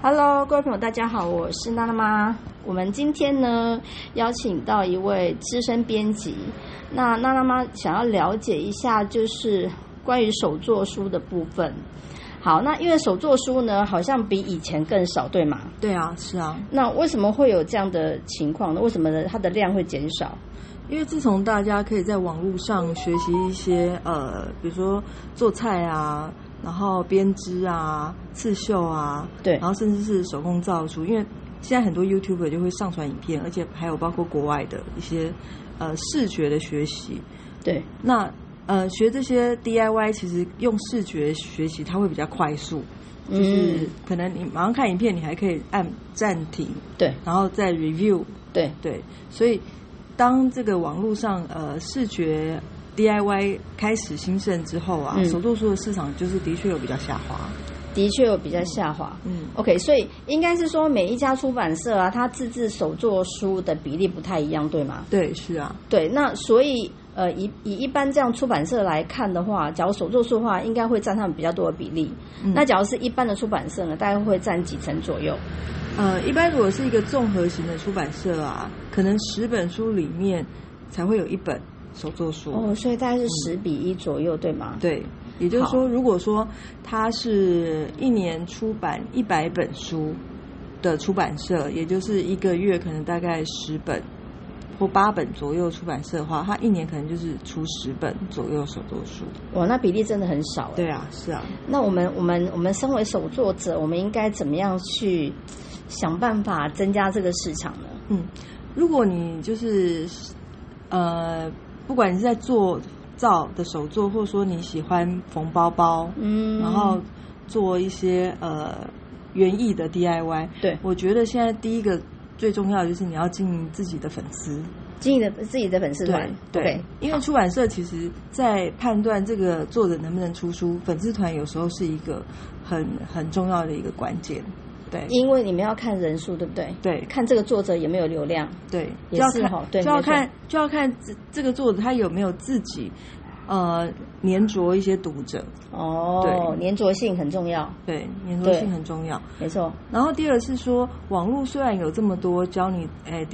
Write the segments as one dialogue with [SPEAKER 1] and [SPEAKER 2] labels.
[SPEAKER 1] Hello， 各位朋友，大家好，我是娜娜妈。我们今天呢邀请到一位资深编辑，那娜娜妈想要了解一下，就是关于手作书的部分。好，那因为手作书呢，好像比以前更少，对吗？
[SPEAKER 2] 对啊，是啊。
[SPEAKER 1] 那为什么会有这样的情况呢？为什么呢？它的量会减少？
[SPEAKER 2] 因为自从大家可以在网络上学习一些比如说做菜啊，然后编织啊、刺绣啊，
[SPEAKER 1] 对，
[SPEAKER 2] 然后甚至是手工造书，因为现在很多 YouTuber 就会上传影片，而且还有包括国外的一些视觉的学习。
[SPEAKER 1] 对，
[SPEAKER 2] 那学这些 DIY 其实用视觉学习它会比较快速，就是可能你马上看影片，你还可以按暂停，
[SPEAKER 1] 对，
[SPEAKER 2] 然后再 review，
[SPEAKER 1] 对，
[SPEAKER 2] 所以当这个网络上视觉 DIY 开始兴盛之后啊，手作书的市场就是的确有比较下滑。
[SPEAKER 1] 的确有比较下滑。OK， 所以应该是说每一家出版社啊，它自制手作书的比例不太一样，对吗？
[SPEAKER 2] 对，是啊。
[SPEAKER 1] 对，那所以以一般这样出版社来看的话，假如手作书的话，应该会占他们比较多的比例。那假如是一般的出版社呢，大概会占几成左右？
[SPEAKER 2] 一般如果是一个综合型的出版社啊，可能10本书里面才会有1本手作书。
[SPEAKER 1] 哦，所以大概是10:1左右，对吗？
[SPEAKER 2] 对，也就是说，如果说它是一年出版100本书的出版社，也就是一个月可能大概10本或8本左右出版社的话，它一年可能就是出10本左右手作书。
[SPEAKER 1] 哇，那比例真的很少。
[SPEAKER 2] 对啊，是啊。
[SPEAKER 1] 那我们身为手作者，我们应该怎么样去想办法增加这个市场呢？
[SPEAKER 2] 如果你就是不管你是在做造的手作，或者说你喜欢缝包包，然后做一些园艺的 DIY，
[SPEAKER 1] 对，
[SPEAKER 2] 我觉得现在第一个最重要的就是你要经营自己的粉丝，
[SPEAKER 1] 经营自己的粉丝团。
[SPEAKER 2] 对，因为出版社其实在判断这个作者能不能出书，粉丝团有时候是一个很重要的一个关键。对，
[SPEAKER 1] 因为你们要看人数，对不对？
[SPEAKER 2] 对，
[SPEAKER 1] 看这个作者有没有流量。
[SPEAKER 2] 对，
[SPEAKER 1] 也是哈，对，
[SPEAKER 2] 就要看这个作者他有没有自己粘着一些读者。
[SPEAKER 1] 哦，粘着性很重要。
[SPEAKER 2] 对，粘着性很重要，
[SPEAKER 1] 没错。
[SPEAKER 2] 然后第二是说，网络虽然有这么多教你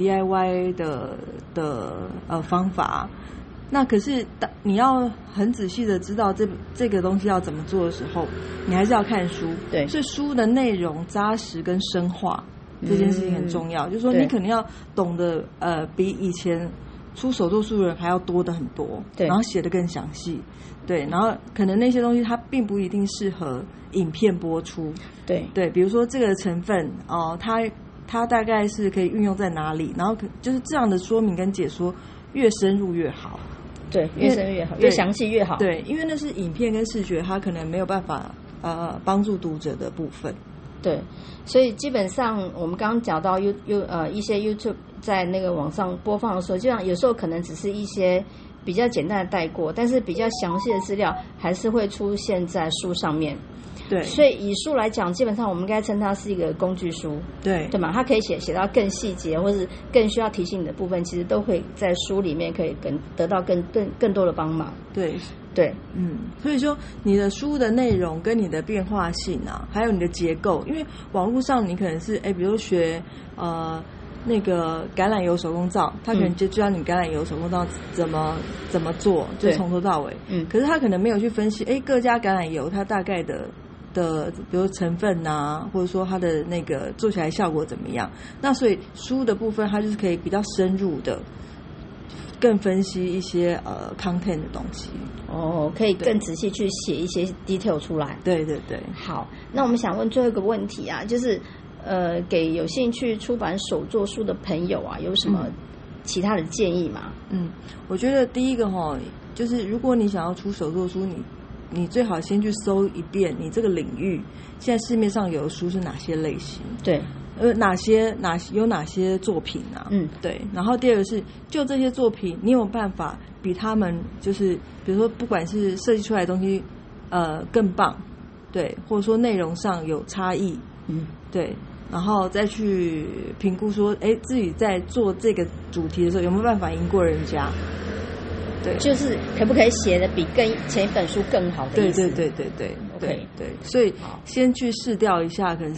[SPEAKER 2] DIY 的方法，那可是你要很仔细的知道这个东西要怎么做的时候，你还是要看书。
[SPEAKER 1] 对，
[SPEAKER 2] 所以书的内容扎实跟深化这件事情很重要。就是说你可能要懂得比以前出手作书的人还要多的很多，
[SPEAKER 1] 对，
[SPEAKER 2] 然后写得更详细。对，然后可能那些东西它并不一定适合影片播出。对，比如说这个成分它大概是可以运用在哪里，然后就是这样的说明跟解说越深入越好。
[SPEAKER 1] 对，越深入越好，越详细越好。
[SPEAKER 2] 对，因为那是影片跟视觉，它可能没有办法帮助读者的部分。
[SPEAKER 1] 对，所以基本上我们刚刚讲到一些 YouTube 在那个网上播放的时候，就像有时候可能只是一些比较简单的带过，但是比较详细的资料还是会出现在书上面。
[SPEAKER 2] 对，
[SPEAKER 1] 所以以书来讲，基本上我们应该称它是一个工具书，
[SPEAKER 2] 对
[SPEAKER 1] 嘛？它可以写到更细节，或是更需要提醒你的部分，其实都会在书里面可以得到更多的帮忙。
[SPEAKER 2] 对，所以说你的书的内容跟你的变化性啊，还有你的结构，因为网络上你可能是比如学那个橄榄油手工皂，他可能就教你橄榄油手工皂怎么做，就从头到尾。可是他可能没有去分析，各家橄榄油它大概的比如成分啊，或者说它的那个做起来效果怎么样。那所以书的部分它就是可以比较深入的更分析一些content 的东西。
[SPEAKER 1] 可以更仔细去写一些 detail 出来。
[SPEAKER 2] 对。
[SPEAKER 1] 好，那我们想问最后一个问题啊，就是给有兴趣出版手作书的朋友啊，有什么其他的建议吗？
[SPEAKER 2] 我觉得第一个就是如果你想要出手作书，你最好先去搜一遍你这个领域现在市面上有的书是哪些类型。
[SPEAKER 1] 对，
[SPEAKER 2] 有哪些作品啊？对。然后第二个是，就这些作品，你有办法比他们就是比如说不管是设计出来的东西更棒，对，或者说内容上有差异，对，然后再去评估说，自己在做这个主题的时候有没有办法赢过人家。对，
[SPEAKER 1] 就是可不可以写的比前一本书更好的意思。
[SPEAKER 2] 对。OK， 对，所以先去试掉一下，可能是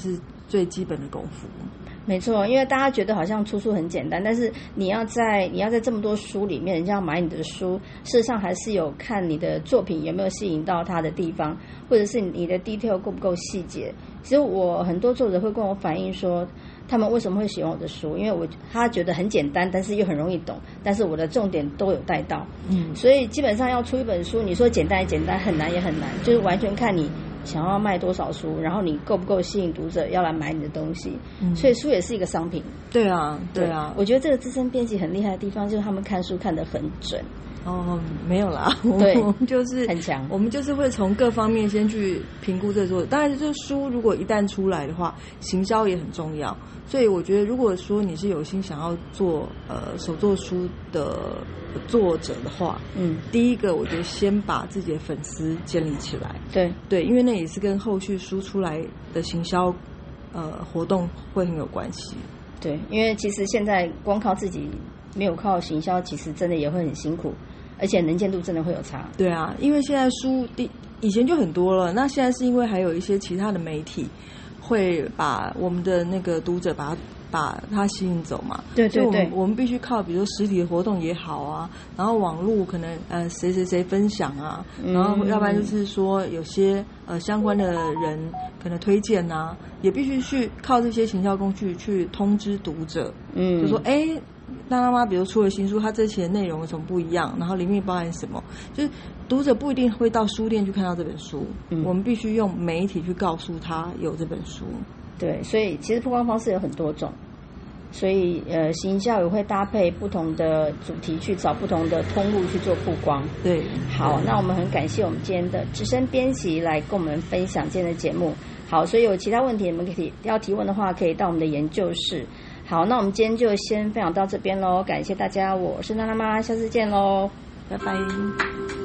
[SPEAKER 2] 最基本的功夫。
[SPEAKER 1] 没错，因为大家觉得好像出书很简单，但是你要在这么多书里面，人家要买你的书，事实上还是有看你的作品有没有吸引到他的地方，或者是你的 detail 够不够细节。其实我很多作者会跟我反映说，他们为什么会喜欢我的书，因为他觉得很简单，但是又很容易懂，但是我的重点都有带到。所以基本上要出一本书，你说简单也简单，很难也很难，就是完全看你想要卖多少书，然后你够不够吸引读者要来买你的东西。所以书也是一个商品。
[SPEAKER 2] 对啊，对啊。
[SPEAKER 1] 我觉得这个资深编辑很厉害的地方，就是他们看书看得很准。
[SPEAKER 2] 没有啦，
[SPEAKER 1] 对，
[SPEAKER 2] 我们就是
[SPEAKER 1] 很强。
[SPEAKER 2] 我们就是会从各方面先去评估这作。当然，这书如果一旦出来的话，行销也很重要。所以我觉得，如果说你是有心想要做手作书的作者的话，第一个我觉得先把自己的粉丝建立起来。对，因为那也是跟后续书出来的行销活动会很有关系。
[SPEAKER 1] 对，因为其实现在光靠自己没有靠行销，其实真的也会很辛苦，而且能见度真的会有差。
[SPEAKER 2] 对啊，因为现在书以前就很多了，那现在是因为还有一些其他的媒体会把我们的那个读者把它吸引走嘛。
[SPEAKER 1] 对对对，
[SPEAKER 2] 我们必须靠比如实体的活动也好啊，然后网络可能谁谁谁分享啊，然后要不然就是说有些相关的人可能推荐啊，也必须去靠这些行销工具去通知读者。就说娜娜妈比如出了新书，它这期的内容有什么不一样，然后里面包含什么，就是读者不一定会到书店去看到这本书，我们必须用媒体去告诉他有这本书。对，
[SPEAKER 1] 所以其实曝光方式有很多种，所以行销也会搭配不同的主题去找不同的通路去做曝光。
[SPEAKER 2] 对，
[SPEAKER 1] 好，那我们很感谢我们今天的资深编辑来跟我们分享今天的节目。好，所以有其他问题你们要提问的话，可以到我们的研究室。好，那我们今天就先分享到这边咯，感谢大家，我是娜娜妈，下次见咯，拜拜。